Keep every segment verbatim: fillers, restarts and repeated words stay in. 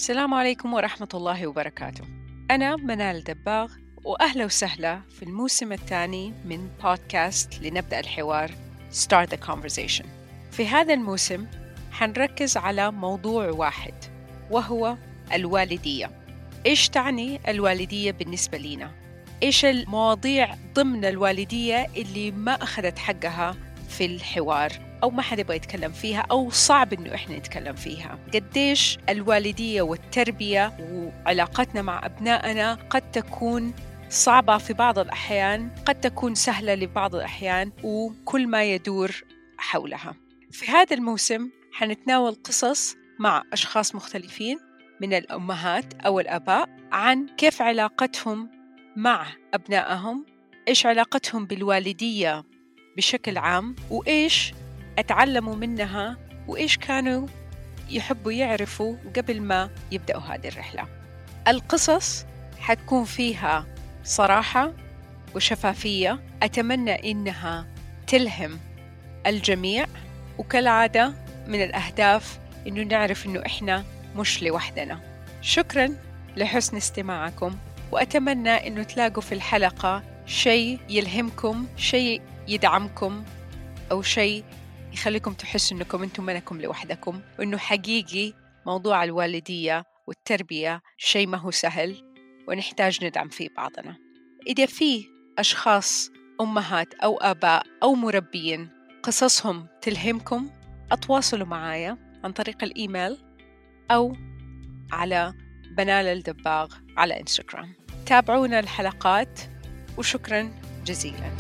السلام عليكم ورحمة الله وبركاته. أنا منال دباغ، وأهلا وسهلا في الموسم الثاني من بودكاست لنبدأ الحوار Start the Conversation. في هذا الموسم حنركز على موضوع واحد، وهو الوالدية. إيش تعني الوالدية بالنسبة لنا؟ إيش المواضيع ضمن الوالدية اللي ما أخذت حقها في الحوار أو ما حد يبغى يتكلم فيها أو صعب إنه إحنا نتكلم فيها؟ قديش الوالدية والتربية وعلاقتنا مع أبنائنا قد تكون صعبة في بعض الأحيان، قد تكون سهلة لبعض الأحيان، وكل ما يدور حولها. في هذا الموسم حنتناول قصص مع أشخاص مختلفين من الأمهات أو الآباء عن كيف علاقتهم مع أبنائهم، إيش علاقتهم بالوالدية بشكل عام، وإيش أتعلموا منها، وإيش كانوا يحبوا يعرفوا قبل ما يبدأوا هذه الرحلة. القصص حتكون فيها صراحة وشفافية، أتمنى إنها تلهم الجميع، وكالعادة من الأهداف إنه نعرف إنه إحنا مش لوحدنا. شكراً لحسن استماعكم، وأتمنى إنه تلاقوا في الحلقة شيء يلهمكم، شيء يدعمكم، أو شيء يخليكم تحسوا إنكم أنتم منكم لوحدكم، وإنه حقيقي موضوع الوالدية والتربية شيء ما هو سهل، ونحتاج ندعم فيه بعضنا. إذا في أشخاص أمهات أو آباء أو مربين قصصهم تلهمكم، أتواصلوا معايا عن طريق الإيميل أو على بنال الدباغ على إنستغرام. تابعونا الحلقات، وشكراً جزيلاً.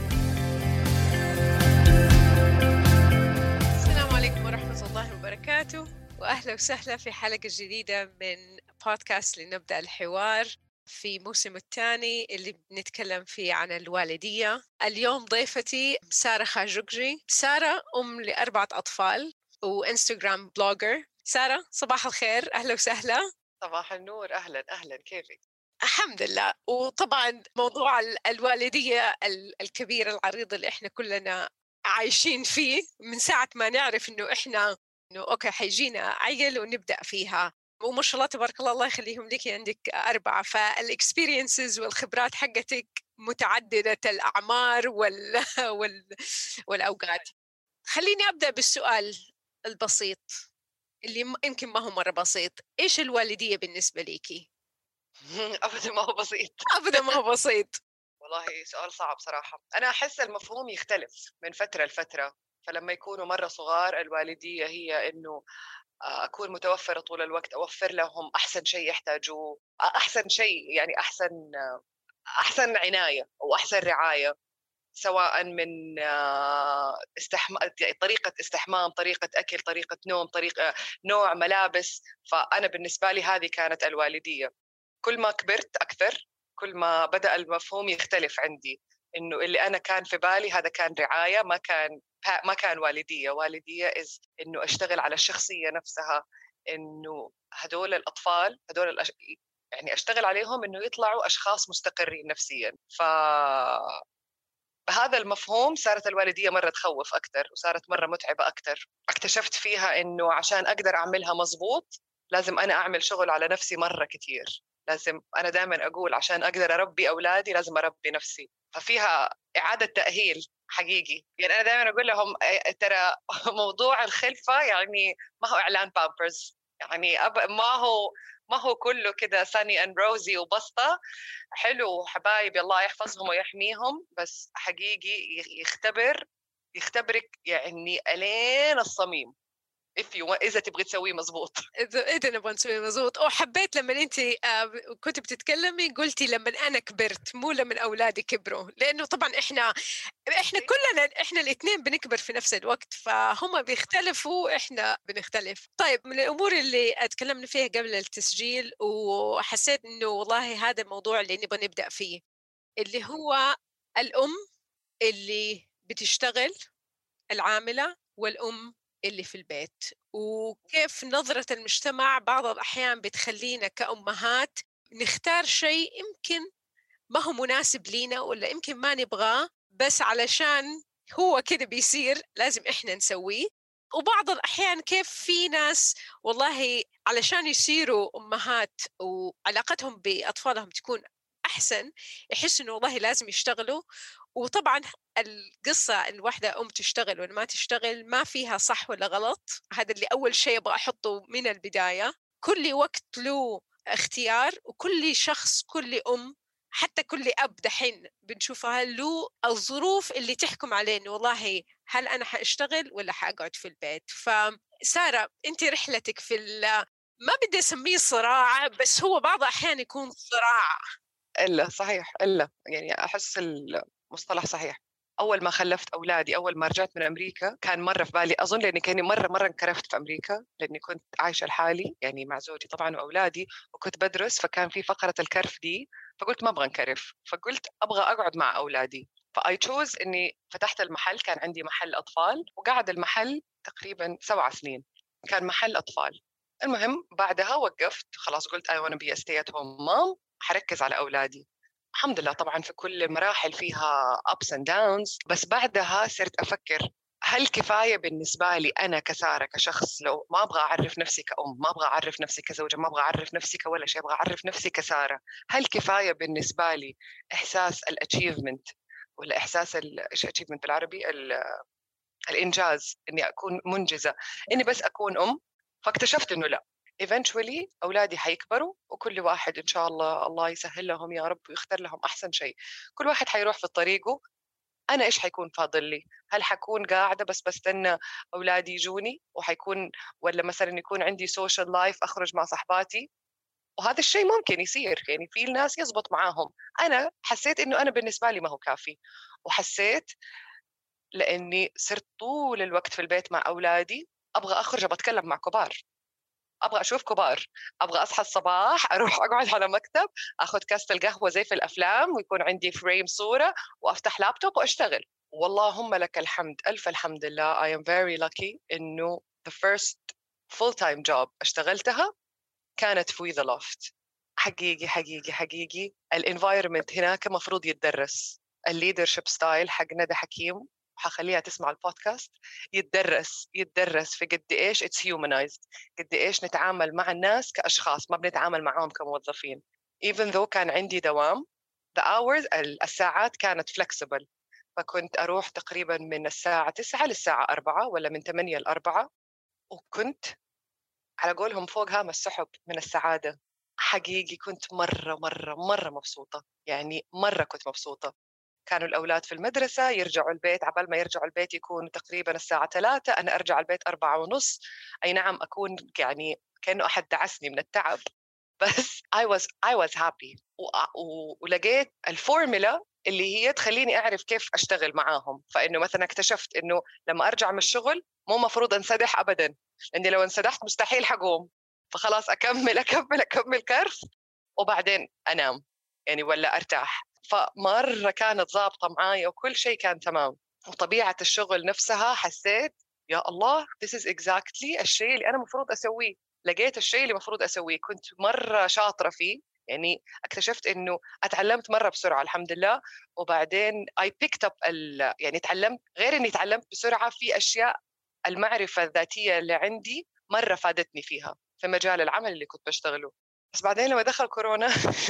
السلام عليكم ورحمة الله وبركاته، وأهلا وسهلا في حلقة جديدة من بودكاست لنبدأ الحوار في موسم الثاني اللي بنتكلم فيه عن الوالدية. اليوم ضيفتي سارة خاجوجي. سارة أم لأربعة أطفال وإنستغرام بلوجر. سارة، صباح الخير، أهلا وسهلا. صباح النور، أهلا أهلا، كيفك؟ الحمد لله. وطبعا موضوع الوالدية الكبير العريض اللي إحنا كلنا عايشين فيه من ساعة ما نعرف إنه إحنا إنه أوكي حيجينا عيل ونبدأ فيها، وما شاء الله تبارك الله، الله يخليهم لك، عندك أربعة، فالإكسبيرينسز والخبرات حقتك متعددة الأعمار وال... وال... والأوقات. خليني أبدأ بالسؤال البسيط اللي يمكن ما هو مرة بسيط. إيش الوالدية بالنسبة ليكي؟ أبدا ما هو بسيط. أبدا ما هو بسيط. والله سؤال صعب صراحة. أنا أحس المفهوم يختلف من فترة لفترة. فلما يكونوا مرة صغار، الوالدية هي إنه أكون متوفرة طول الوقت، أوفر لهم أحسن شيء يحتاجوه، أحسن شيء يعني أحسن أحسن عناية أو أحسن رعاية، سواء من استحم... طريقة استحمام، طريقة أكل، طريقة نوم، طريقة نوع ملابس. فأنا بالنسبة لي هذه كانت الوالدية. كل ما كبرت أكثر، كل ما بدأ المفهوم يختلف عندي، إنه اللي أنا كان في بالي هذا كان رعاية، ما كان ما كان والدية. والدية إز إنه أشتغل على الشخصية نفسها، إنه هدول الأطفال هدول الأش... يعني أشتغل عليهم إنه يطلعوا أشخاص مستقرين نفسيا. ف بهذا المفهوم صارت الوالدية مرة تخوف أكثر، وصارت مرة متعبة أكثر. اكتشفت فيها إنه عشان أقدر أعملها مزبوط لازم أنا أعمل شغل على نفسي مرة كتير. لازم، أنا دائما أقول، عشان أقدر أربي أولادي لازم أربي نفسي. ففيها إعادة تأهيل حقيقي. يعني أنا دائما أقول لهم ترى موضوع الخلفة يعني ما هو إعلان بامبرز، يعني ما هو ما هو كله كده ساني أند روزي وبسطة. حلو حبايبي، الله يحفظهم ويحميهم، بس حقيقي يختبر يختبرك يعني ألين الصميم. if you want، إذا تبغي تسويه مزبوط. إذا إذا نبغى نسوي مزبوط. أو حبيت لما أنت آه كنت بتتكلمي قلتي لما أنا كبرت، مو لما أولادي كبروا، لأنه طبعا إحنا إحنا كلنا إحنا الاثنين بنكبر في نفس الوقت، فهم بيختلفوا إحنا بنختلف. طيب، من الأمور اللي أتكلمنا فيها قبل التسجيل وحسيت إنه والله هذا الموضوع اللي نبغى نبدأ فيه، اللي هو الأم اللي بتشتغل، العاملة، والأم اللي في البيت، وكيف نظرة المجتمع بعض الأحيان بتخلينا كأمهات نختار شيء يمكن ما هو مناسب لينا، ولا يمكن ما نبغاه، بس علشان هو كده بيصير لازم إحنا نسويه. وبعض الأحيان كيف في ناس والله علشان يصيروا أمهات وعلاقتهم بأطفالهم تكون أحسن يحس إنه والله لازم يشتغلوا. وطبعا القصة الواحدة أم تشتغل ولا ما تشتغل ما فيها صح ولا غلط، هذا اللي أول شيء أبغى أحطه من البداية. كل وقت له اختيار، وكل شخص كل أم حتى كل أب دحين بنشوفها له الظروف اللي تحكم عليه إنه والله هل أنا حأشتغل ولا حأقعد في البيت. فسارة أنت رحلتك في ما بدي أسميه صراع، بس هو بعض الأحيان يكون صراع. إلا صحيح، إلا يعني أحس المصطلح صحيح. أول ما خلفت أولادي، أول ما رجعت من أمريكا، كان مرة في بالي أظن لأني كاني مرة مرة انكرفت في أمريكا، لأني كنت عايشة لحالي يعني مع زوجي طبعا وأولادي، وكنت بدرس، فكان في فقرة الكرف دي، فقلت ما أبغى انكرف، فقلت أبغى أقعد مع أولادي. فأي تشوز إني فتحت المحل. كان عندي محل أطفال وقعد المحل تقريبا سبع سنين، كان محل أطفال. المهم بعدها وقفت خلاص، قلت I want to be a stay at home mom، حركز على أولادي. الحمد لله طبعا في كل المراحل فيها ups and downs، بس بعدها صرت أفكر هل كفاية بالنسبة لي أنا كسارة كشخص، لو ما أبغى أعرف نفسي كأم، ما أبغى أعرف نفسي كزوجة، ما أبغى أعرف نفسي كولا شيء، أبغى أعرف نفسي كسارة. هل كفاية بالنسبة لي إحساس الأتشيفمنت، ولا إحساس إيش أتشيفمنت بالعربي، الإنجاز، إني أكون منجزة، إني بس أكون أم؟ فاكتشفت إنه لا، eventually أولادي حيكبروا، وكل واحد إن شاء الله الله يسهل لهم يا رب ويختار لهم أحسن شيء. كل واحد حيروح في طريقه. أنا إيش حيكون فاضل لي؟ هل حكون قاعدة بس بستنى أولادي يجوني وحيكون، ولا مثلا يكون عندي social life أخرج مع صحباتي؟ وهذا الشيء ممكن يصير، يعني في الناس يزبط معاهم. أنا حسيت إنه أنا بالنسبة لي ما هو كافي، وحسيت لأني صرت طول الوقت في البيت مع أولادي أبغى أخرج، أبغى أتكلم مع كبار، أبغى أشوف كبار، أبغى أصحى الصباح أروح أقعد على مكتب، أخذ كاسة القهوة زي في الأفلام، ويكون عندي فريم صورة، وأفتح لابتوب وأشتغل. واللهم لك الحمد، ألف الحمد لله. I am very lucky إنه the first full time job اشتغلتها كانت في ذا لوفت. حقيقي حقيقي حقيقي الانفايرمنت هناك مفروض يتدرس. الليدرشيب ستايل حق ندى حكيم، حخليها تسمع البودكاست، يتدرس يتدرس في قد ايش اتس هيومنايزد، قد ايش نتعامل مع الناس كاشخاص، ما بنتعامل معهم كموظفين. even though كان عندي دوام، the hours الساعات كانت flexible، فكنت اروح تقريبا من الساعه تسعة للساعه أربعة، ولا من ثمانية ل أربعة، وكنت على قولهم فوق هام السحب من السعادة. حقيقي كنت مرة مرة مرة مبسوطة، يعني مرة كنت مبسوطة. كانوا الأولاد في المدرسة، يرجعوا البيت، عبال ما يرجعوا البيت يكون تقريبا الساعة ثلاثة، أنا أرجع البيت أربعة ونص. أي نعم أكون يعني كأنه أحد دعسني من التعب، بس I was I was happy. ولقيت الفورمولا اللي هي تخليني أعرف كيف أشتغل معاهم. فإنه مثلا اكتشفت إنه لما أرجع من الشغل مو مفروض أنسدح أبدا، لأني لو انسدحت مستحيل حقوم، فخلاص أكمل أكمل أكمل كرف وبعدين أنام يعني، ولا أرتاح. فمرة كانت ضابطة معايا وكل شيء كان تمام. وطبيعة الشغل نفسها حسيت يا الله this is exactly الشيء اللي أنا مفروض أسويه. لقيت الشيء اللي مفروض أسويه، كنت مرة شاطرة فيه، يعني اكتشفت إنه أتعلمت مرة بسرعة الحمد لله. وبعدين I picked up ال... يعني تعلمت، غير إني تعلمت بسرعة في أشياء، المعرفة الذاتية اللي عندي مرة فادتني فيها في مجال العمل اللي كنت بشتغله. بس بعدين لما دخل كورونا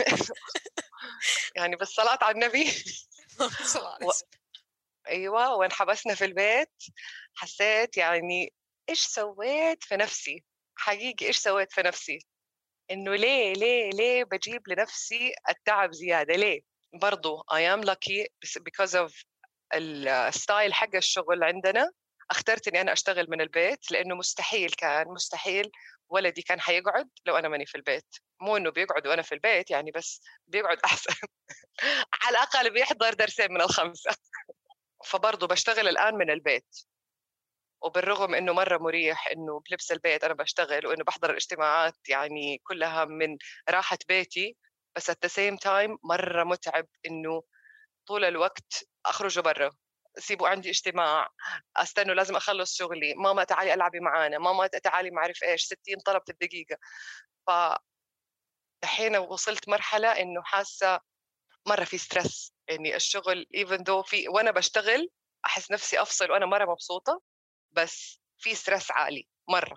يعني بالصلاة على النبي و... أيوة، وانحبسنا في البيت، حسيت يعني إيش سويت في نفسي. حقيقي إيش سويت في نفسي، إنه ليه ليه ليه بجيب لنفسي التعب زيادة ليه. برضو I am lucky because of الستايل حق الشغل عندنا. اخترت إني أنا أشتغل من البيت، لأنه مستحيل كان مستحيل ولدي كان حيقعد لو أنا ماني في البيت. مو إنه بيقعد وأنا في البيت يعني، بس بيقعد أحسن على الأقل بيحضر درسين من الخمسة. فبرضو بشتغل الآن من البيت، وبالرغم إنه مرة مريح إنه بلبس البيت أنا بشتغل، وإنه بحضر الاجتماعات يعني كلها من راحة بيتي، بس at the same time مرة متعب إنه طول الوقت أخرج برا، سيبوا عندي اجتماع، أستنوا لازم أخلص شغلي، ماما تعالي ألعبي معانا، ماما تعالي ما أعرف إيش، ستين طلب في الدقيقة. فالحين وصلت مرحلة إنه حاسة مرة في ستريس، يعني الشغل even though في وأنا بشتغل أحس نفسي أفصل وأنا مرة مبسوطة، بس في ستريس عالي مرة.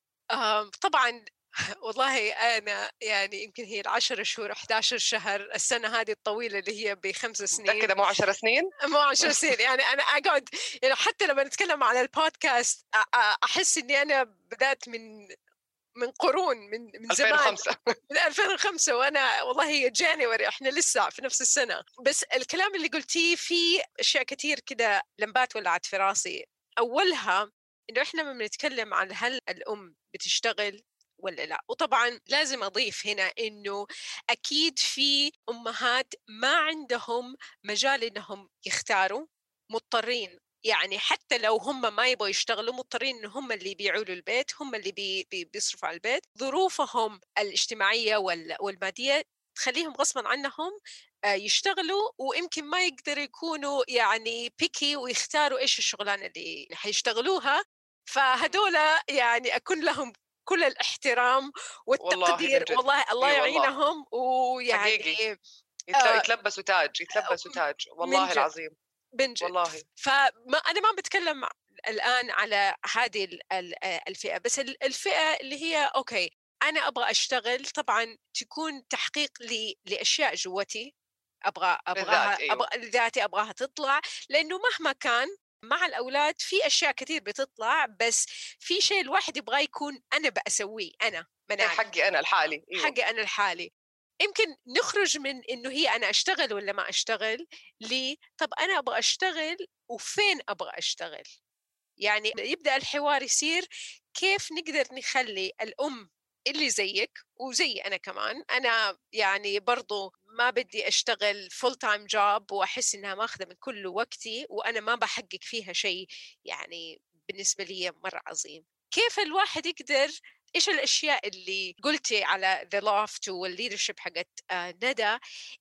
آه طبعا. والله أنا يعني يمكن هي العشر شهور أحد عشر شهر السنة هذه الطويلة اللي هي بخمس سنين، متأكدة مو عشر سنين؟ مو عشر سنين. يعني أنا أقعد يعني حتى لما نتكلم على البودكاست أ- أ- أحس إني أنا بدأت من من قرون، من من ألفين زمان، وخمسة. من ألفين وخمسة، وأنا والله هي جانيوري إحنا لسه في نفس السنة. بس الكلام اللي قلتيه في أشياء كتير كده لمبات ولعت في راسي. أولها إنه إحنا لما بنتكلم عن هل الأم بتشتغل ولا لا، وطبعا لازم أضيف هنا إنه أكيد في أمهات ما عندهم مجال إنهم يختاروا، مضطرين يعني حتى لو هم ما يبغوا يشتغلوا مضطرين إن هم اللي يبيعوا له البيت، هم اللي بي بي بيصرفوا على البيت. ظروفهم الاجتماعية وال والمادية تخليهم غصبا عنهم آه، يشتغلوا، ويمكن ما يقدروا يكونوا يعني بيكي ويختاروا إيش الشغلانة اللي حيشتغلوها. فهدول يعني أكون لهم كل الاحترام والله من والتقدير، جد. والله الله إي والله يعينهم. ويعني حقيقي يتل... آه يتلبسوا تاج، يتلبسوا تاج من والله جد، العظيم. من جد. والله فما أنا ما بتكلم الآن على هذه ال- ال- الفئة، بس ال- الفئة اللي هي أوكي أنا أبغى أشتغل، طبعا تكون تحقيق لي لأشياء جوتي، أبغى أبغاها بالذات أيوه. أبغى ذاتي أبغاها تطلع، لأنه مهما كان مع الأولاد في أشياء كثير بتطلع، بس في شيء الواحد يبغى يكون أنا بأسويه أنا إيه منال، حقي أنا الحالي أيوه. حقي أنا الحالي. يمكن نخرج من إنه هي أنا أشتغل ولا ما أشتغل، لي طب أنا أبغى أشتغل وفين أبغى أشتغل. يعني يبدأ الحوار يصير كيف نقدر نخلي الأم اللي زيك وزي أنا كمان، أنا يعني برضو ما بدي أشتغل فول تايم جوب وأحس إنها ماخذة من كل وقتي وأنا ما بحقق فيها شيء يعني بالنسبة لي مرة عظيم. كيف الواحد يقدر، إيش الأشياء اللي قلتي على The Loft والليدرشيب حقت آه ندى،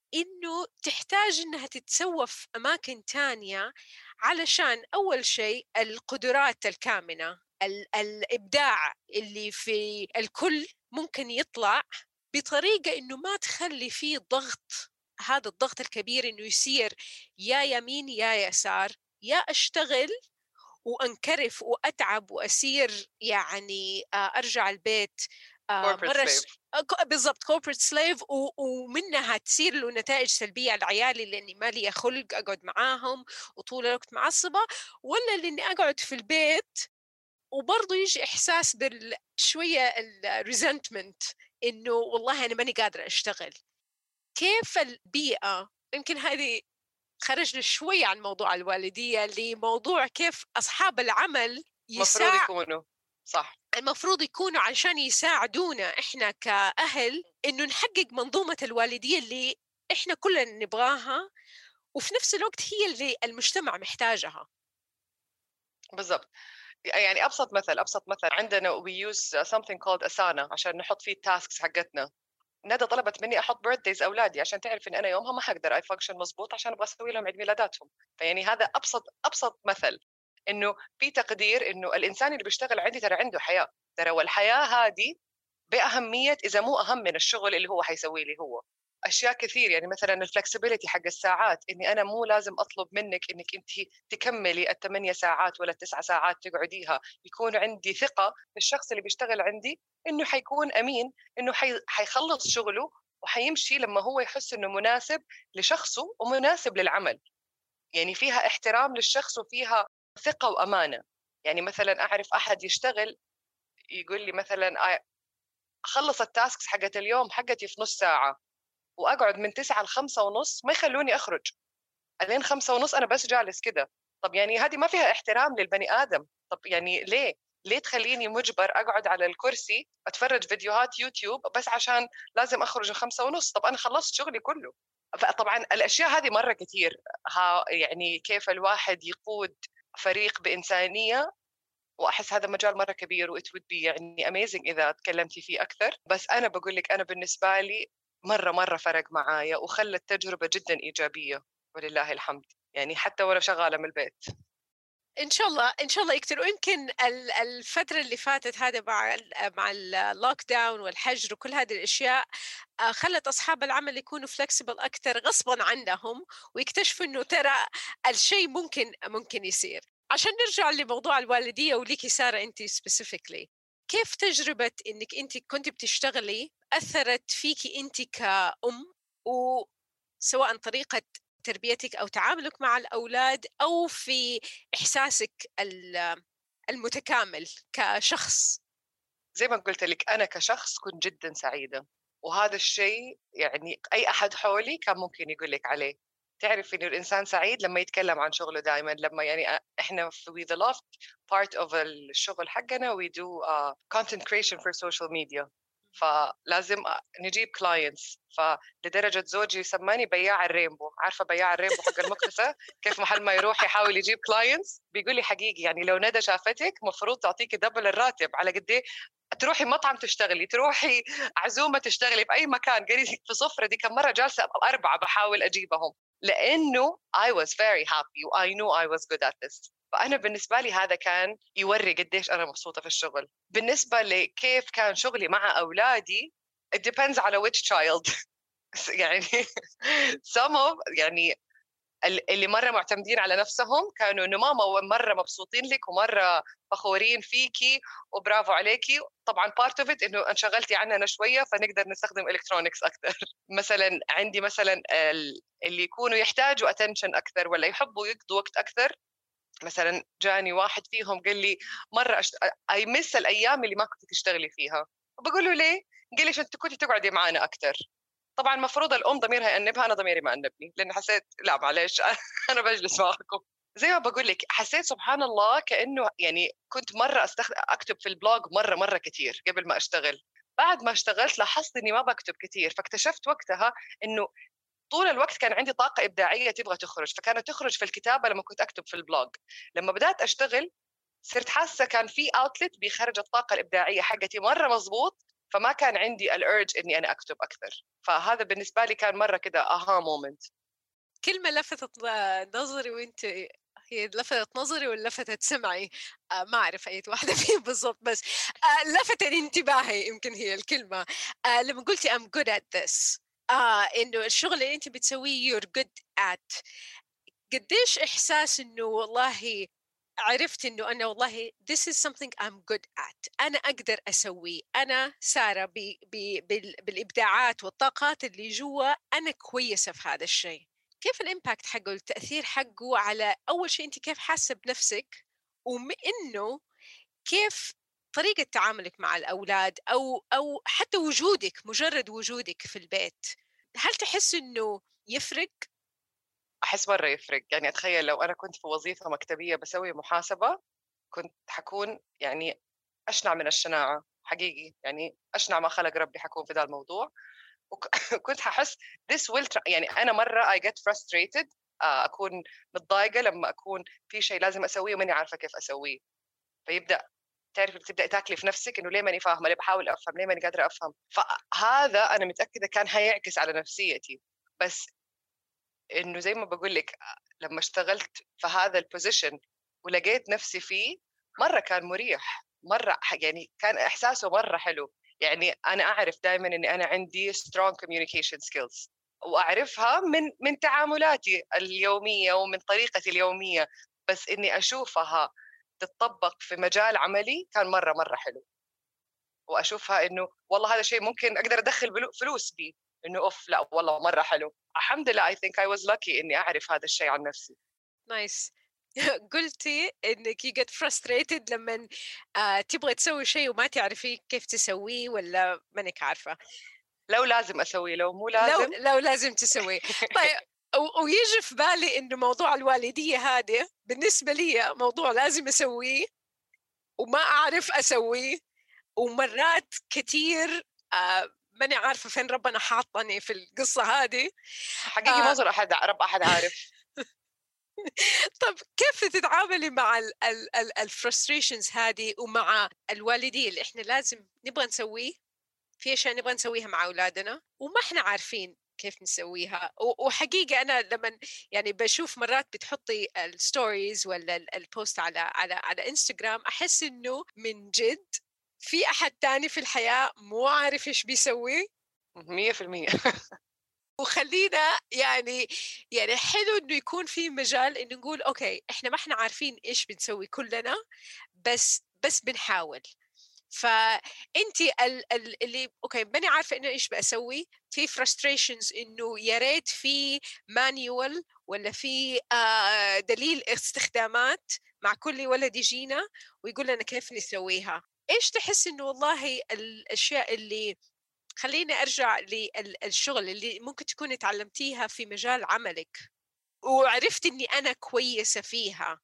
إنه تحتاج إنها تتسوى في أماكن تانية علشان أول شيء القدرات الكامنة، ال- الإبداع اللي في الكل ممكن يطلع بطريقة إنه ما تخلي فيه ضغط، هذا الضغط الكبير إنه يصير يا يمين يا يسار، يا أشتغل وأنكرف وأتعب وأسير يعني آه، أرجع البيت آه، corporate مرة ش... slave. آه، ك- بالضبط كوربريت سليف، ومنها تصير له نتائج سلبية على عيالي لأني ما لي خلق أقعد معاهم وطول الوقت معصبة، ولا لأني أقعد في البيت وبرضه يجي إحساس بالشوية الريزنتمنت إنه والله أنا ماني قادرة أشتغل. كيف البيئة، يمكن هذه خرجنا شوي عن موضوع الوالدية لموضوع كيف أصحاب العمل مفروض يساعد، يكونوا صح. المفروض يكونوا عشان يساعدونا إحنا كأهل إنه نحقق منظومة الوالدية اللي إحنا كلنا نبغاها، وفي نفس الوقت هي اللي المجتمع محتاجها. بالضبط. يعني أبسط مثل أبسط مثل عندنا we use something called Asana عشان نحط فيه التاسكس حقتنا. ندى طلبت مني أحط birthdays أولادي عشان تعرف إن أنا يومها ما حقدر أي function مضبوط عشان أبغى أسوي لهم عيد ميلاداتهم. فيعني هذا أبسط أبسط مثل إنه في تقدير إنه الإنسان اللي بيشتغل عندي ترى عنده حياة، ترى والحياة هذه بأهمية إذا مو أهم من الشغل اللي هو حيسويه لي هو. أشياء كثير يعني مثلا الفلكسبيليتي حق الساعات، إني أنا مو لازم أطلب منك إنك أنت تكملي الثمانية ساعات ولا التسعة ساعات تقعديها، يكون عندي ثقة في الشخص اللي بيشتغل عندي إنه حيكون أمين، إنه حي... حيخلص شغله وحيمشي لما هو يحس إنه مناسب لشخصه ومناسب للعمل. يعني فيها احترام للشخص وفيها ثقة وأمانة. يعني مثلا أعرف أحد يشتغل يقول لي مثلا أخلص التاسكس حقت اليوم حقتي في نص ساعة وأقعد من تسعة لخمسة ونص ما يخلوني أخرج، ألين خمسة ونص أنا بس جالس كده. طب يعني هذه ما فيها احترام للبني آدم. طب يعني ليه ليه تخليني مجبر أقعد على الكرسي أتفرج فيديوهات يوتيوب بس عشان لازم أخرج الخمسة ونص؟ طب أنا خلصت شغلي كله. فطبعا الأشياء هذه مرة كتير. ها يعني كيف الواحد يقود فريق بإنسانية، واحس هذا مجال مره كبير و it would be يعني amazing اذا تكلمتي فيه اكثر. بس انا بقول لك انا بالنسبه لي مره مره فرق معايا وخلت تجربه جدا ايجابيه ولله الحمد، يعني حتى وانا شغاله من البيت. إن شاء الله إن شاء الله يكتر. ويمكن ال- الفترة اللي فاتت هذا مع ال مع اللوك داون والحجر وكل هذه الأشياء آه، خلت أصحاب العمل يكونوا فلكسبل أكثر غصبا عنهم، ويكتشفوا إنه ترى الشيء ممكن ممكن يصير. عشان نرجع لموضوع الوالدية وليكي سارة أنت specifically، كيف تجربة إنك أنت كنت بتشتغلي أثرت فيكي أنت كأم، وسواء طريقة تربيتك أو تعاملك مع الأولاد أو في إحساسك ال- المتكامل كشخص؟ زي ما قلت لك أنا كشخص كنت جدا سعيدة، وهذا الشيء يعني أي أحد حولي كان ممكن يقول لك عليه. تعرف إنه الإنسان سعيد لما يتكلم عن شغله دائما، لما يعني أ- إحنا في We the Loft part of الشغل حقنا we do uh, content creation for social media، فلازم أ- نجيب clients. فلدرجة زوجي يسماني بياع الرينبو. عارفة بياع الرينبو حق المكنسة؟ كيف محل ما يروح يحاول يجيب clients. بيقول لي حقيقي يعني لو ندى شافتك مفروض تعطيكي دبل الراتب على قد إيه تروحي مطعم تشتغلي، تروحي عزومة تشتغلي، في أي مكان. قالي في صفرة دي كم مرة جالسة أربعة بحاول أجيبهم، لأنه I was very happy و I knew I was good at this. فأنا بالنسبة لي هذا كان يوري قديش أنا مبسوطة في الشغل. بالنسبة لكيف كان شغلي مع أولادي it depends على which child. يعني some of يعني اللي مرة معتمدين على نفسهم كانوا إنه ماما مرة مبسوطين لك ومرة فخورين فيكي وبرافو عليكي. طبعا part of it إنه انشغلتي عننا شوية فنقدر نستخدم إلكترونيكس أكثر. مثلا عندي مثلا اللي يكونوا يحتاجوا attention أكثر ولا يحبوا يقضوا وقت أكثر. مثلا جاني واحد فيهم قال لي مرة أشت... أي مس الأيام اللي ما كنت تشتغلي فيها. وبقول له ليه؟ قال لي عشان كنت تقعدي معنا أكثر. طبعا المفروض الام ضميرها يأنبها، انا ضميري ما أنبني لان حسيت لا معلش انا بجلس معكم. زي ما بقول لك حسيت سبحان الله كانه يعني كنت مره استخدم اكتب في البلوج مره مره كثير قبل ما اشتغل. بعد ما اشتغلت لاحظت اني ما بكتب كثير، فاكتشفت وقتها انه طول الوقت كان عندي طاقة إبداعية تبغى تخرج، فكانت تخرج في الكتابة لما كنت أكتب في البلوج. لما بدأت أشتغل صرت حاسة كان في اوتلت بيخرج الطاقة الإبداعية حقتي مرة مزبوط، فما كان عندي الأرج إني أنا أكتب أكثر. فهذا بالنسبة لي كان مرة كده أها مومنت. كلمة لفتت نظري وانت، هي لفتت نظري ولا لفتت سمعي؟ آه ما أعرف أي واحدة فيهم بالضبط، بس آه لفتت انتباهي يمكن هي الكلمة. آه لما قلتي I'm good at this، آه إنه الشغل اللي أنت بتسويه you're good at، قديش إحساس إنه والله عرفت إنه أنا والله this is something I'm good at، أنا أقدر أسويه، أنا سارة بي بي بال بالإبداعات والطاقات اللي جوا أنا كويسة في هذا الشيء. كيف الإمباكت حقه، التأثير حقه على أول شيء أنت كيف حاسة بنفسك، وإنه كيف طريقة تعاملك مع الأولاد أو أو حتى وجودك، مجرد وجودك في البيت، هل تحس إنه يفرق؟ أحس مرة يفرق. يعني أتخيل لو أنا كنت في وظيفة مكتبية بسوي محاسبة كنت حكون يعني أشنع من الشناعة حقيقي. يعني أشنع ما خلق ربي حكون في ذا الموضوع. وكنت ححس this will try. يعني أنا مرة I get frustrated، آه، أكون متضايقة لما أكون في شيء لازم أسويه وماني عارفة كيف أسويه. فيبدأ تعرفي تبدأي تاكلي في نفسك إنه ليه ماني فاهمة، ليه بحاول أفهم، ليه ماني قادرة أفهم. فهذا أنا متأكدة كان هيعكس على نفسيتي. بس إنه زي ما بقول لك لما اشتغلت في هذا البوزيشن ولقيت نفسي فيه مرة كان مريح مرة، يعني كان إحساسه مرة حلو. يعني أنا أعرف دائما إني أنا عندي strong communication skills وأعرفها من من تعاملاتي اليومية ومن طريقتي اليومية، بس إني أشوفها تتطبق في مجال عملي كان مرة مرة حلو. واشوفها انه والله هذا شيء ممكن اقدر ادخل فلوس بيه، انه اوف لا والله مره حلو. الحمد لله I think I was lucky اني اعرف هذا الشيء عن نفسي. نايس. قلتي انك you get frustrated لما آه تبغى تسوي شيء وما تعرفي كيف تسويه ولا مانك عارفة. لو لازم اسويه لو مو لو لازم لو لازم تسويه. طيب، و- ويجي في بالي انه موضوع الوالدية هذا بالنسبة لي موضوع لازم اسويه وما اعرف اسويه، ومرات كثير آه ماني عارفة فين ربنا حاطني في القصة هذه. حقيقي ما آه صار احد رب احد عارف. طب كيف تتعاملي مع ال ال ال الفرستريشنز هذه ومع الوالدية اللي إحنا لازم نبغى نسويه، في أشياء نبغى نسويها مع أولادنا وما إحنا عارفين كيف نسويها. و- وحقيقة أنا لما يعني بشوف مرات بتحطي الستوريز ولا ال- البوست على على على انستغرام، أحس إنه من جد في أحد تاني في الحياة مو عارف إيش بيسوي. مية في المية. وخلينا يعني يعني حلو إنه يكون في مجال إنه نقول أوكي إحنا ما إحنا عارفين إيش بنسوي كلنا، بس بس بنحاول. فأنتِ ال ال اللي أوكي ماني عارفة إنه إيش باسوي، في frustrations إنه يا ريت في manual والّا في آآ دليل استخدامات مع كل ولد يجينا ويقول لنا كيف نسويها. إيش تحسّي إنه والله الأشياء اللي خلّيني أرجع لل الشغل اللي ممكن تكوني اتعلمتيها في مجال عملِك وعرفتِ إني أنا كويسة فيها،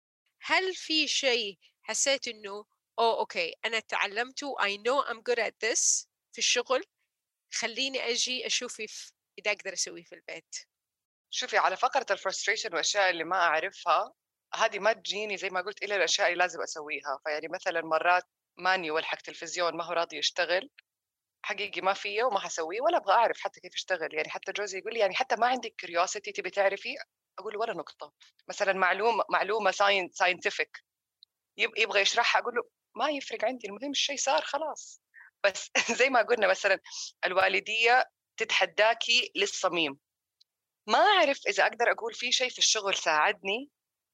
هل في شيء حسيت إنه أوه أوكي أنا اتعلمته I know I'm good at this في الشغل، خلّيني أجي أشوف ف إذا أقدر أسويه في البيت؟ شوفي على فقرة الfrustration والأشياء اللي ما أعرفها، هذه ما تجيني زي ما قُلت إلا الأشياء اللي لازم أسويها، فيعني مثلًا مرات manual حق تلفزيون ما هو راضي يشتغل، حقيقي ما فيّا وما حاسويه ولا أبغى أعرف حتى كيف يشتغل، يعني حتى جوزي يقول لي: "يعني حتى ما عندِك curiosity تبي تعرفي؟" أقول له: "ولا نقطة." مثلًا معلومة معلومة scien scientific يب يبغى يشرحها أقول له: "ما يفرق عندي، المهم الشيء صار خلاص." بس زي ما قُلنا مثلًا الوالدية تتحداكِ للصميم. ما أعرف إذا أقدر أقول في شيء في الشغل ساعدني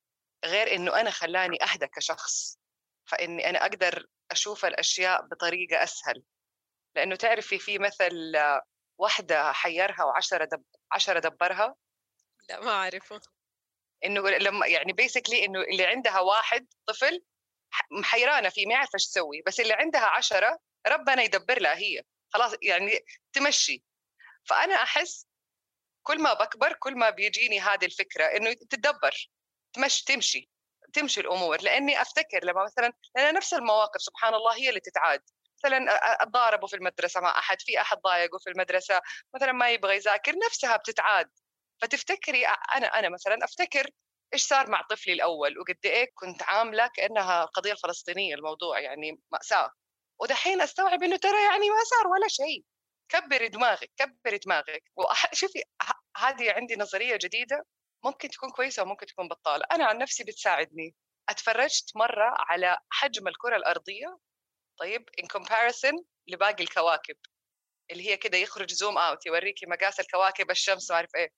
غير إنه أنا خلّاني أهدى كشخص، فإني أنا أقدر أشوف الأشياء بطريقة أسهل، لإنه تعرفي في مثل آه، واحدة حيّرها وعشرة دب عشرة دبّرها، لأ ما أعرفه. إنه لمّا يعني basically إنه اللي عندها واحد طفل ح محيرانة فيه ما عارفة إيش تسوي، بس اللي عندها عشرة ربنا يدبّر لها هي، خلاص يعني تمشّي. فأنا أحس كل ما باكبر كل ما بيجيني هذه الفكرة إنه تتدبّر، تمش تمشي، تمشي الأمور، لإني أفتكر لمّا مثلًا لأن نفس المواقف سبحان الله هي اللي تتعاد، مثلًا أ أ اتضاربوا في المدرسة مع أحد، في أحد ضايقه في المدرسة، مثلًا ما يبغى يذاكر، نفسها بتتعاد، فتفتكري أ أنا أنا مثلًا أفتكر إيش صار مع طفلي الأول، وقد إيه كنت عاملة كأنها قضية فلسطينية الموضوع يعني مأساة، ودحين أستوعب إنه ترى يعني ما صار ولا شيء. كبّري دماغِك، كبّري دماغِك، وأح شوفي ه هذه عندي نظرية جديدة ممكن تكون كويسة وممكن تكون بطّالة، أنا عن نفسي بتساعدني، اتفرّجت مرّة على حجم الكرة الأرضية طيب in comparison لباقي الكواكب، اللي هي كده يخرج zoom out يورّيكِ مقاس الكواكب، الشمس، ما أعرف إيه،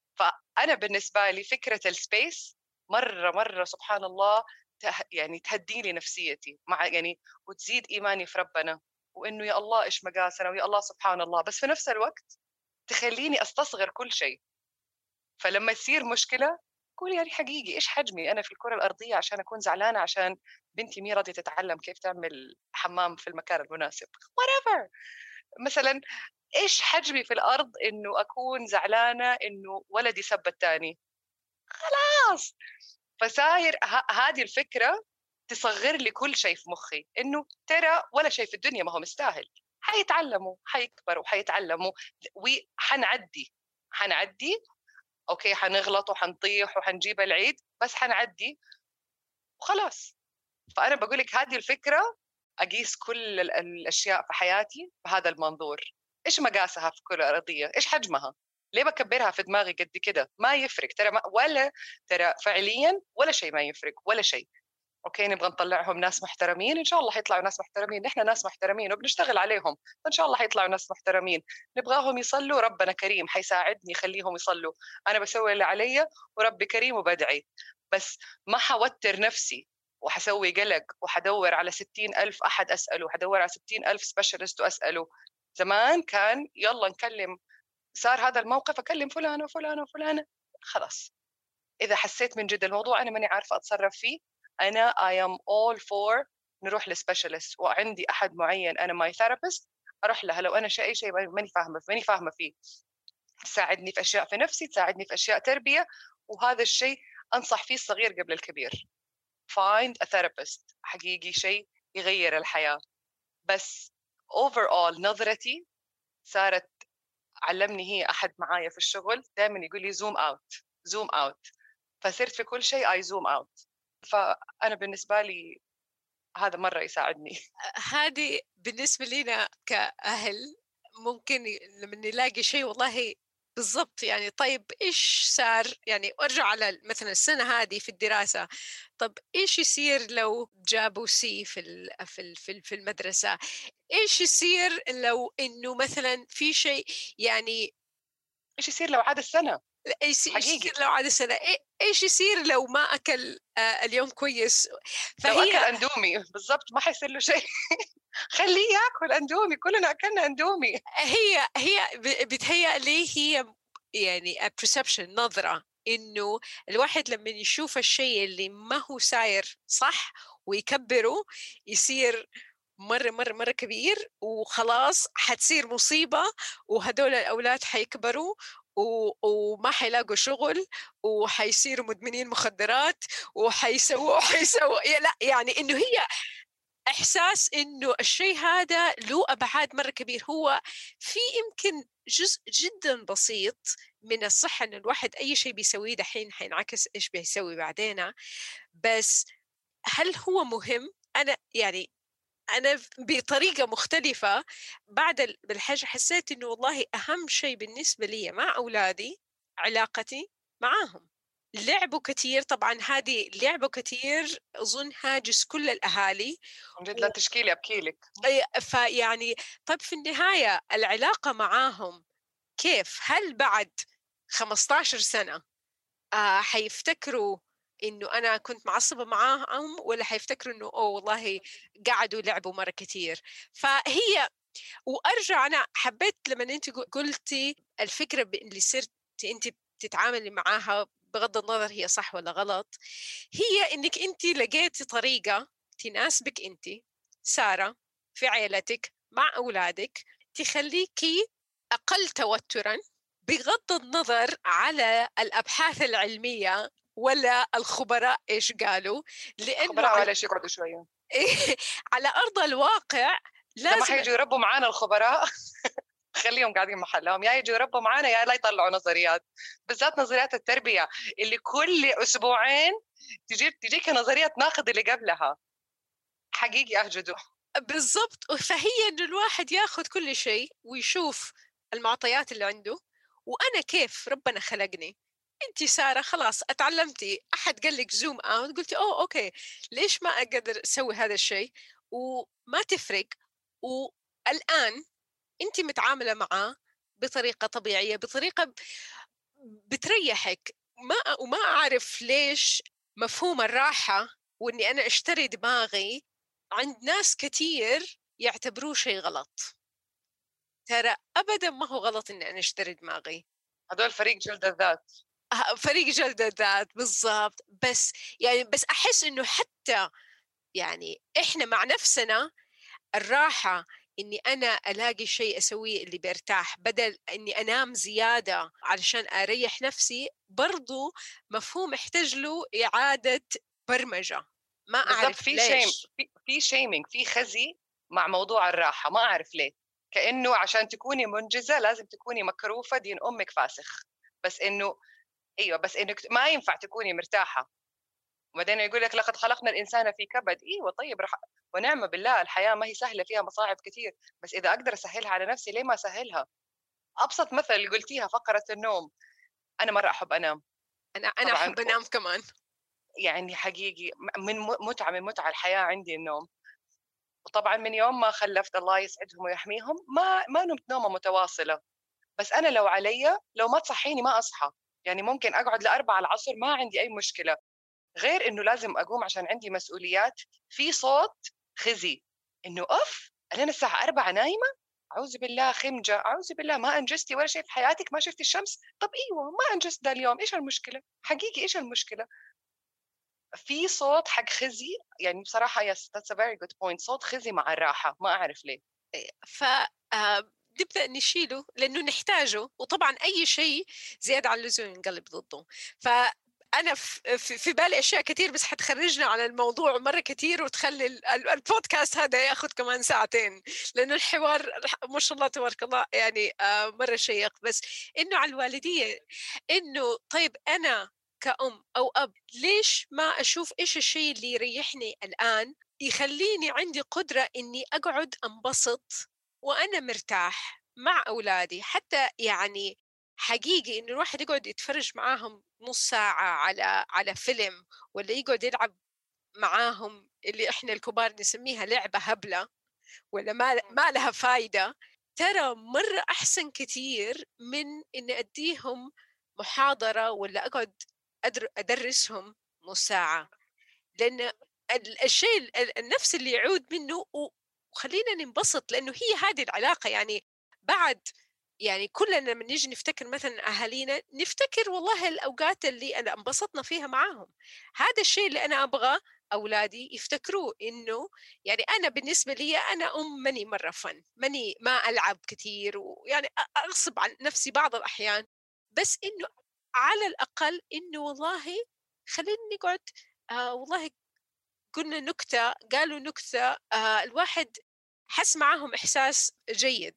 فأنا بالنسبة لي فكرة الspace مرّة، مرّة سبحان الله ته يعني تهدّي لي نفسيتي، مع يعني وتزيد إيماني في ربنا، وإنه يا الله إيش مقاسنا ويا الله سبحان الله، بس في نفس الوقت تخلّيني أستصغر كل شيء، فلمّا تصير مشكلة أقول يعني حقيقي إيش حجمي أنا في الكرة الأرضية عشان أكون زعلانة عشان بنتي مي راضية تتعلم كيف تعمل حمام في المكان المناسب whatever مثلًا إيش حجمي في الأرض إنه أكون زعلانة إنه ولدي سَب التاني، خلاص فصاير ه هذه الفكرة تصغّر لي كل شيء في مخي، إنه ترى ولا شيء في الدنيا ما هو مستاهل، حيتعلموا، حيكبروا، حيتعلموا وحنعدّي، حنعدّي أوكي حنغلط وحنطيح وحنجيب العيد، بس حنعدّي وخلاص. فأنا باقول لِك هذه الفكرة أقيس كل ال الأشياء في حياتي بهذا المنظور، إيش مقاسها في الكرة الأرضية، إيش حجمها، ليه باكبّرها في دماغي قد كده، ما يفرق ترى ما ولا ترى فعليًا ولا شيء ما يفرق ولا شيء. أوكي نبغى نطلّعهم ناس محترمين، إن شاء الله حيطلعوا ناس محترمين، نحن ناس محترمين وبنشتغل عليهم، فإن شاء الله حيطلعوا ناس محترمين، نبغاهم يصلّوا ربنا كريم حيساعدني يخلّيهم يصلّوا، أنا باسوي اللي عليَّ وربي كريم وبادعي، بس ما حاوتّر نفسي وحاسوي قلق وحادوّر على ستين ألف أحد أسأله، وحادوّر على ستين ألف specialist وأسأله، زمان كان يالّا نكلّم صار هذا الموقف أكلّم فلانة وفلانة وفلانة، خلاص. إذا حسيت من جد الموضوع أنا ماني عارفة أتصرّف فيه، أنا I am all for نروح لspecialist وعندي أحد معيّن أنا my therapist أروح لها لو أنا ش أي شيء ماني فاهمة ماني فاهمة فيه، تساعدني في أشياء في نفسي، تساعدني في أشياء تربية، وهذا الشيء أنصح فيه الصغير قبل الكبير. find a therapist حقيقي شيء يغيّر الحياة، بس overall نظرتي صارت علّمني هي أحد معايا في الشغل دايمًا يقول لي zoom out zoom out فصرت في كل شيء I zoom out فأنا بالنسبة لي هذا مرّة يساعدني. هذه بالنسبة لينا كأهل ممكن ي لمّا نلاقي شيء والله بالضبط يعني طيب إيش صار؟ يعني أرجع على ال مثلًا السنة هذه في الدراسة، طب إيش يصير لو جابوا C في ال في ال في ال في المدرسة؟ إيش يصير لو إنه مثلًا في شيء يعني إيش يصير لو عاد السنة؟ إيش إيش حقيقي يصير لو عاد السنة؟ إيه- إيش يصير لو ما أكل آه، اليوم كويس؟ لو أكل فهي أندومي بالضبط ما حيصير له شيء. خلّيه ياكل أندومي، كلنا أكلنا أندومي. هي هي ب- بتهيأ لي هي يعني a perception، نظرة إنه الواحد لما يشوف الشيء اللي ما هو ساير صح ويكبره يصير مرة مرة مرة كبير، وخلاص حتصير مصيبة، وهدول الأولاد حيكبروا و- وما حيلاقوا شغل، وحيصيروا مدمنين مخدرات، وحيسووا وحيسووا يا لا، يعني إنه هي إحساس إنه الشيء هذا له أبعاد مرة كبير. هو في يمكن جزء جدا بسيط من الصحة إنه الواحد أي شيء بيسويه دحين حينعكس إيش بيسوي بعدين، بس هل هو مهم؟ أنا يعني أنا بطريقة مختلفة بعد ال- بالحاجة حسيت إنه والله أهم شيء بالنسبة لي مع أولادي علاقتي معاهم. لعبوا كتير طبعا، هذه لعبوا كتير أظن هاجس كل الأهالي. عن جد لا تشكي لي أبكي لك. أي- فيعني طيب في النهاية العلاقة معاهم كيف؟ هل بعد خمسة عشر سنة آه حيفتكروا إنه أنا كنت معصبة معاهم، ولا حيفتكروا إنه أوه والله قعدوا لعبوا مرة كتير؟ فهي وأرجع أنا حبيت لما أنت قلتي الفكرة ب- اللي صرت أنت بتتعاملي معاها بغض النظر هي صح ولا غلط، هي إنك أنت لقيتي طريقة تناسبك أنت سارة في عائلتك مع أولادك، تخليكي أقل توتراً بغض النظر على الأبحاث العلمية ولا الخبراء إيش قالوا، لأنه الخبراء على, ولا شيء يقعدوا شوية. على أرض الواقع إذا ما لازم. حييجوا يربوا معانا الخبراء خليهم قاعدين محلهم، يا يجوا يربوا معانا يا لا يطلعوا نظريات، بالذات نظريات التربية اللي كل أسبوعين تجي تجيك نظرية تناقض اللي قبلها. حقيقي أهجدوا. بالضبط، فهي إنه الواحد ياخذ كل شيء ويشوف المعطيات اللي عنده، وأنا كيف ربنا خلقني. أنتِ سارة خلاص اتعلمتي، أحد قال لِك زوم أوت قلتي أوه أوكي، ليش ما أقدر أسوي هذا الشيء وما تفرق، والآن أنتِ متعاملة معاه بطريقة طبيعية، بطريقة ب بتريحِك. ما وما أعرف ليش مفهوم الراحة وإني أنا أشتري دماغي عند ناس كتير يعتبروه شيء غلط. ترى أبدًا ما هو غلط إني أنا أشتري دماغي. هدول فريق جلد الذات. أه فريق جلد الذات بالضبط، بس يعني بس أحس إنه حتى يعني إحنا مع نفسنا الراحة إني أنا ألاقي شيء أسويه اللي بيرتاح بدل إني أنام زيادة علشان أريح نفسي، برضو مفهوم يحتاج له إعادة برمجة، ما بالضبط أعرف في شيم ليش. في في شيمينج في خزي مع موضوع الراحة، ما أعرف ليه. كأنه عشان تكوني منجزة لازم تكوني مكروفة دين أمك فاسخ. بس إنه أيوه بس إنك ما ينفع تكوني مرتاحة. وبعدين يقول لك لقد خلقنا الإنسان في كبد. أيوه طيب رح ونعم بالله الحياة ما هي سهلة فيها مصاعب كتير، بس إذا أقدر أسهلها على نفسي ليه ما أسهلها؟ أبسط مثل اللي قلتيها فقرة النوم. أنا مرة أحب أنام. أنا أنا طبعا أحب أنام كمان. يعني حقيقي من متعة من متع الحياة عندي النوم. وطبعا من يوم ما خلفت الله يسعدهم ويحميهم ما ما نمت نومة متواصلة. بس أنا لو علي لو ما تصحيني ما أصحى. يعني ممكن أقعد لأربعة العصر ما عندي أي مشكلة، غير إنه لازم أقوم عشان عندي مسؤوليات. في صوت خزي إنه أوف أنا الساعة أربعة نايمة. أعوذ بالله خمجة، أعوذ بالله ما أنجزتي ولا شيء في حياتك، ما شفتي الشمس. طب أيوة ما أنجزت ده اليوم، إيش المشكلة؟ حقيقي إيش المشكلة؟ في صوت حق خزي. يعني بصراحة yes that's a very good point. صوت خزي مع الراحة ما أعرف ليه. ف آه، نبدأ نشيله لأنه نحتاجه، وطبعا أي شيء زيادة عن اللزوم ينقلب ضده. فأنا في في بالي أشياء كتير بس حتخرجنا على الموضوع مرة كتير، وتخلي ال- ال- البودكاست هذا ياخذ كمان ساعتين، لأنه الحوار ما شاء الله تبارك الله يعني آه، مرة شيق. بس إنه على الوالدية، إنه طيب أنا كأم أو أب ليش ما أشوف إيش الشيء اللي يريحني الآن يخليني عندي قدرة إني أقعد أنبسط وأنا مرتاح مع أولادي. حتى يعني حقيقي إنه الواحد يقعد يتفرج معاهم نص ساعة على على فيلم، ولا يقعد يلعب معاهم اللي إحنا الكبار نسميها لعبة هبلة ولا ما ما لها فايدة، ترى مرة أحسن كتير من إني أديهم محاضرة ولا أقعد أدر أدرسهم نص ساعة، لأن ال الشيء ال ال النفس اللي يعود منه و وخلّينا ننبسط، لأنه هي هذه العلاقة. يعني بعد يعني كلنا لمّا نيجي نفتكر مثلًا أهالينا، نفتكر والله الأوقات اللي أنا انبسطنا فيها معاهم. هذا الشيء اللي أنا أبغى أولادي يفتكروه، إنه يعني أنا بالنسبة لي أنا أم ماني مرة fun، ماني ما ألعب كتير، ويعني أ أغصب عن نفسي بعض الأحيان، بس إنه على الأقل إنه والله خلّينا نقعد، آآ والله قُلنا نكتة، قالوا نكتة، آآ الواحد حس معاهم إحساس جيد.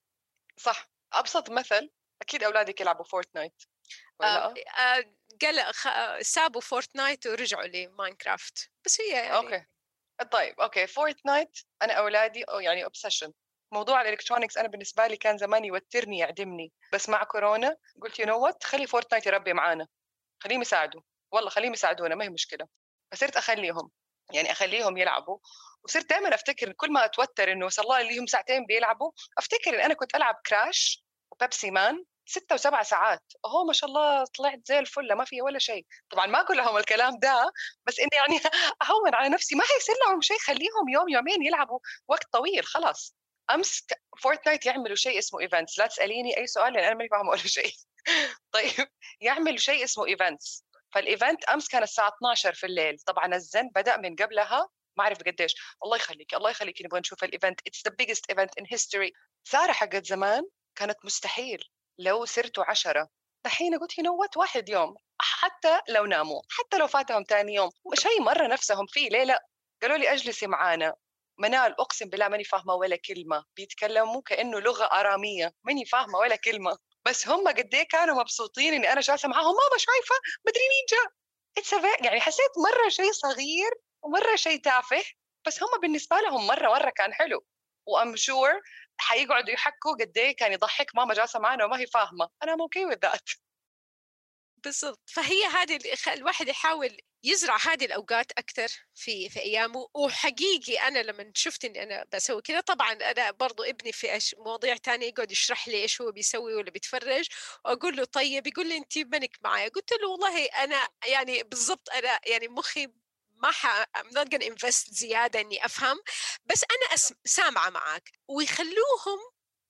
صح. أبسط مثل، أكيد أولادك يلعبوا فورتنايت ولا آمم لأ؟ آآ قال خ سابوا فورتنايت ورجعوا لماينكرافت، بس هي يعني أوكي. طيب أوكي، فورتنايت أنا أولادي أو يعني obsession. موضوع الإلكترونيكس أنا بالنسبة لي كان زمان يوترني يعدمني، بس مع كورونا قُلت you know what خلّي فورتنايت يربي معانا، خلّيهم يساعدوا، والله خلّيهم يساعدونا ما هي مشكلة. فصرت أخلّيهم، يعني أخلّيهم يلعبوا، وصرت دايمًا أفتكر كل ما أتوتر إنه صار الله ليهم ساعتين بيلعبوا، أفتكر إن أنا كنت ألعب كراش وبيبسي مان ستة و7 ساعات، أهو ما شاء الله طلعت زي الفل ما فيها ولا شيء. طبعًا ما أقول لهم الكلام ده، بس إني يعني أهوّن على نفسي، ما حيصير لهم شيء، خلّيهم يوم يومين يلعبوا وقت طويل خلاص. أمس ك فورتنايت يعملوا شيء اسمه events، لا تسأليني أي سؤال لإن أنا ماني فاهمة ولا شيء. طيب يعملوا شيء اسمه events، فالevent أمس كان الساعة اتناشر في الليل، طبعًا الزن بدأ من قبلها ما أعرف قديش. الله يخليكِ، الله يخليكِ نبغى نشوف الevent it's the biggest event in history. سارة حقت زمان كانت مستحيل لو صرتوا عشرة، دحين قُلت you know what واحد يوم، حتى لو ناموا، حتى لو فاتهم تاني يوم، شيء مرّة نفسهم فيه ليه لأ؟ قالوا لي اجلسي معانا. منال أقسم بالله ماني فاهمة ولا كلمة، بيتكلموا كإنه لغة آرامية، ماني فاهمة ولا كلمة. بس هم قد إيه كانوا مبسوطين إني أنا جالسة معاهم، ماما شايفة مدري مين جا. It's a ve يعني حسيت مرة شيء صغير ومرة شيء تافه، بس هم بالنسبة لهم مرة مرة كان حلو. وام شور حيقعدوا يحكوا قد إيه كان يضحك ماما جالسة معانا وما هي فاهمة. أنا I'm okay with that. بالضبط. فهي هذه اللي خ الواحد يحاول يزرع هذه الأوقات أكتر في في أيامه. وحقيقي أنا لمّا شُفت إني أنا باسوي كذا، طبعًا أنا برضه ابني في أش مواضيع تانية يقعد يشرح لي إيش هو بيسوي والّا بيتفرج، وأقول له طيب، يقول لي أنتِ مالِك معايا، قُلت له والله أنا يعني بالضبط أنا يعني مخي ما ح I'm not gonna invest زيادة إني أفهم، بس أنا أس سامعة معاك. ويخلّوهم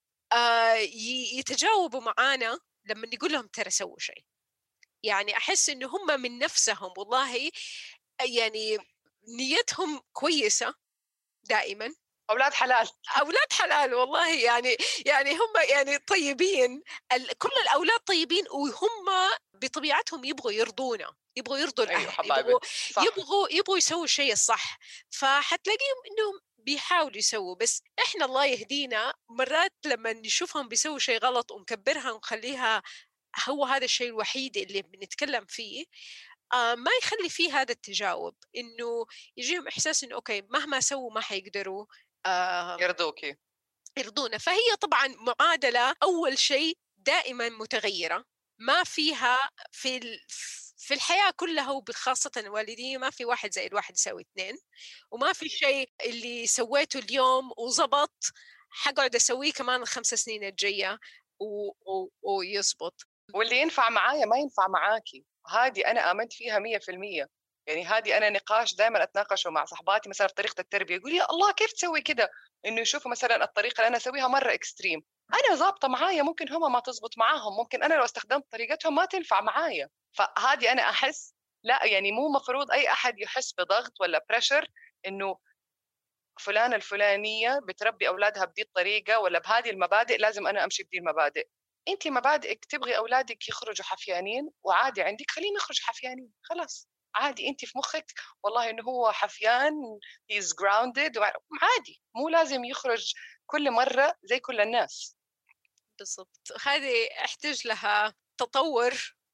آآ ي يتجاوبوا معانا لمّا نقول لهم ترى سووا شيء. يعني أحس إن هم من نفسهم والله يعني نيتهم كويسة دائمًا. أولاد حلال. أولاد حلال والله، يعني يعني هم يعني طيبين. ال كل الأولاد طيبين، وهم بطبيعتهم يبغوا يرضونا، يبغوا يرضوا أيوه الأهل، يبغوا حبايبي. صح. يبغوا يبغوا يسووا الشيء الصح. فحتلاقيهم إنهم بيحاولوا يسووا، بس إحنا الله يهدينا مرات لمّا نشوفهم بيسووا شيء غلط ونكبّرها ونخلّيها هو هذا الشيء الوحيد اللي بنتكلم فيه، آآ ما يخلّي في هذا التجاوب، إنه يجيهم إحساس إنه أوكي مهما سووا ما حيقدروا آآ يرضوكِ. يرضونا. فهي طبعًا معادلة أول شيء دائمًا متغيّرة، ما فيها في ال في الحياة كلّها وبخاصةً الوالدين ما في واحد زائد واحد يساوي اثنين، وما في شيء اللي سويته اليوم وزبط حاقعد أسويه كمان الخمس سنين الجاية و و ويزبط. واللي ينفع معايا ما ينفع معاكِ، هذه أنا آمنت فيها مية في المية. يعني هذه أنا نقاش دايمًا أتناقشه مع صاحباتي مثلًا في طريقة التربية، يقولوا لي: "الله كيف تسوي كده؟" إنه يشوفوا مثلًا الطريقة اللي أنا أسويها مرة extreme، أنا ضابطة معايا، ممكن هم ما تزبط معاهم، ممكن أنا لو استخدمت طريقتهم ما تنفع معايا. فهذه أنا أحس لأ، يعني مو مفروض أي أحد يحس بضغط والّا pressure إنه فلانة الفلانية بتربي أولادها بدي الطريقة والّا بهذه المبادئ لازم أنا أمشي بدي المبادئ. أنتِ مبادئِك تبغي أولادِك يخرجوا حفيانين وعادي عندِك خليهم يخرجوا حفيانين، خلاص. عادي أنتِ في مخِّك والله إنه هو حفيان he is grounded وع عادي، مو لازم يخرج كل مرة زي كل الناس. بالضبط. هذه يحتاج لها تطوّر،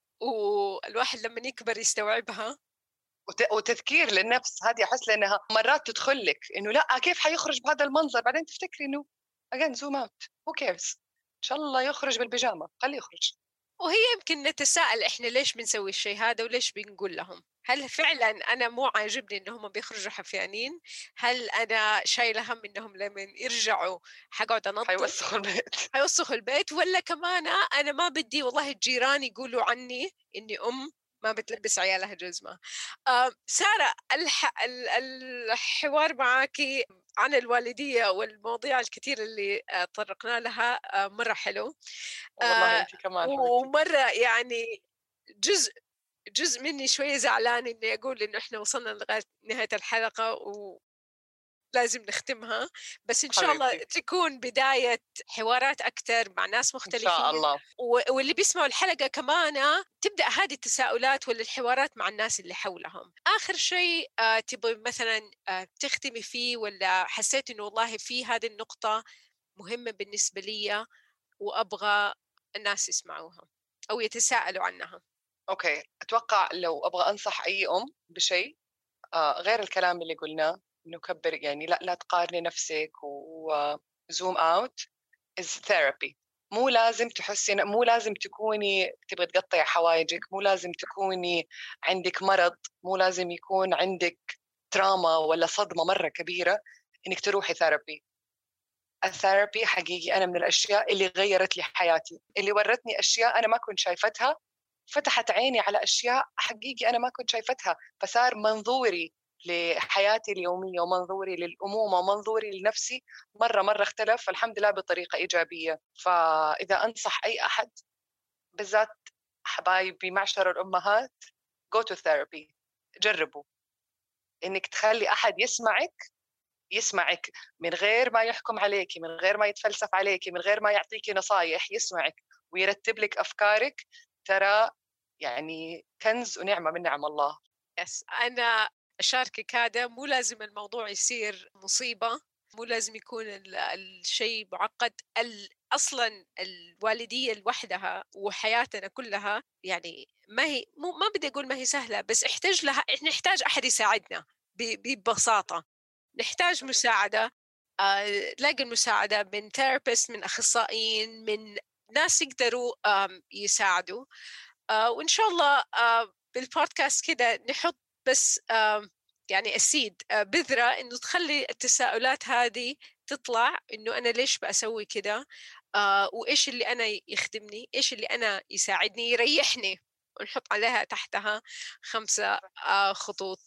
والواحد لمّن يكبر يستوعبها. وت وتذكير للنفس، هذه أحس لأنها مرات تدخل لِك إنه لأ كيف حيخرج بهذا المنظر، بعدين تفتكري إنه again zoom out who cares، إن شاء الله يخرج بالبيجامة، خليه يخرج. وهي يمكن نتساءل إحنا ليش بنسوي الشيء هذا وليش بنقول لهم؟ هل فعلا أنا مو عاجبني إنهم بيخرجوا حفيانين؟ هل أنا شايلة هم إنهم لما يرجعوا حقعد أنظف حيوسخوا البيت حيوسخوا البيت، ولا كمان أنا ما بدي والله الجيران يقولوا عني إني أم ما بتلبس عيالها جزمة. آه سارة، الح... الحوار معك عن الوالدية والمواضيع الكثير اللي آه طرقنا لها آه مرة حلو. والله آه أنت كمان حبيبتي. ومرة يعني جزء جزء مني شوية زعلان إني أقول إنه إحنا وصلنا لغاية نهاية الحلقة ولازم نختمها، بس إن شاء الله حبيبتي. تكون بداية حوارات أكتر مع ناس إن مختلفين، شاء الله. واللي بيسمعوا الحلقة كمان تبدأ هذه التساؤلات ولا الحوارات مع الناس اللي حولهم. آخر شيء آه تبغي مثلا آه تختمي فيه، ولا حسيت إنه والله في هذه النقطة مهمة بالنسبة لي وأبغى الناس يسمعوها أو يتساءلوا عنها؟ أوكي، أتوقع لو أبغى أنصح أي أم بشيء آه غير الكلام اللي قلناه، إنه كبر يعني لا لا تقارني نفسك وزوم أوت is therapy. مو لازم تحسي، مو لازم تكوني تبغي تقطع حوايجك، مو لازم تكوني عندك مرض، مو لازم يكون عندك تراما ولا صدمة مرة كبيرة إنك تروحي ثيرابي. الثيرابي حقيقي أنا من الأشياء اللي غيرت لي حياتي، اللي ورتني أشياء أنا ما كنت شايفتها، فتحت عيني على أشياء حقيقي أنا ما كنت شايفتها، فصار منظوري لحياتي اليومية ومنظوري للأمومة ومنظوري لنفسي مرة مرة اختلف، الحمد لله بطريقة إيجابية. فإذا أنصح أي أحد بالذات حبايبي معشر الأمهات go to therapy، جربوا إنك تخلي أحد يسمعك يسمعك من غير ما يحكم عليك، من غير ما يتفلسف عليك، من غير ما يعطيك نصايح، يسمعك ويرتب لك أفكارك. ترى يعني كنز ونعمة من نعم الله. يس، أنا أشاركك هذا. مو لازم الموضوع يصير مصيبة، مو لازم يكون الشيء معقد. أصلا الوالدية لوحدها وحياتنا كلها يعني ما هي مو ما بدي أقول ما هي سهلة، بس احتاج لها، نحتاج أحد يساعدنا ببساطة. نحتاج مساعدة، نلاقي المساعدة من ثيرابيست، من أخصائيين، من ناس يقدروا يساعدوا. وإن شاء الله بالبودكاست كده نحط بس يعني أسيد بذرة إنه تخلي التساؤلات هذه تطلع، إنه أنا ليش بأسوي كده، وإيش اللي أنا يخدمني، إيش اللي أنا يساعدني يريحني، ونحط عليها تحتها خمسة خطوط.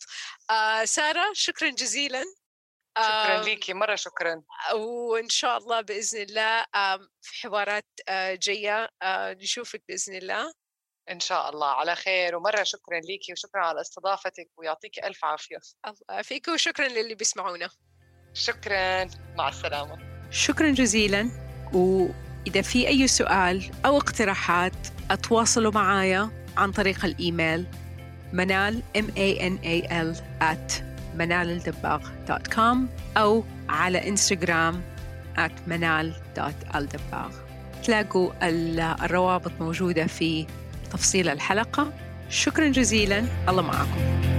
سارة، شكرا جزيلا. شكرا ليكي مرة، شكرا. وإن شاء الله بإذن الله في حوارات جاية نشوفك بإذن الله. إن شاء الله على خير، ومرة شكرا ليكي وشكرا على استضافتك، ويعطيك ألف عافية. الله فيك، وشكرا للي بيسمعونا. شكرا، مع السلامة. شكرا جزيلا. وإذا في أي سؤال أو اقتراحات أتواصلوا معايا عن طريق الإيميل منال m a n a l at منال الدباغ دوت كوم أو على إنستغرام at منال دوت الدباغ. تلاقوا الروابط موجودة في تفصيل الحلقة. شكرا جزيلا، الله معكم.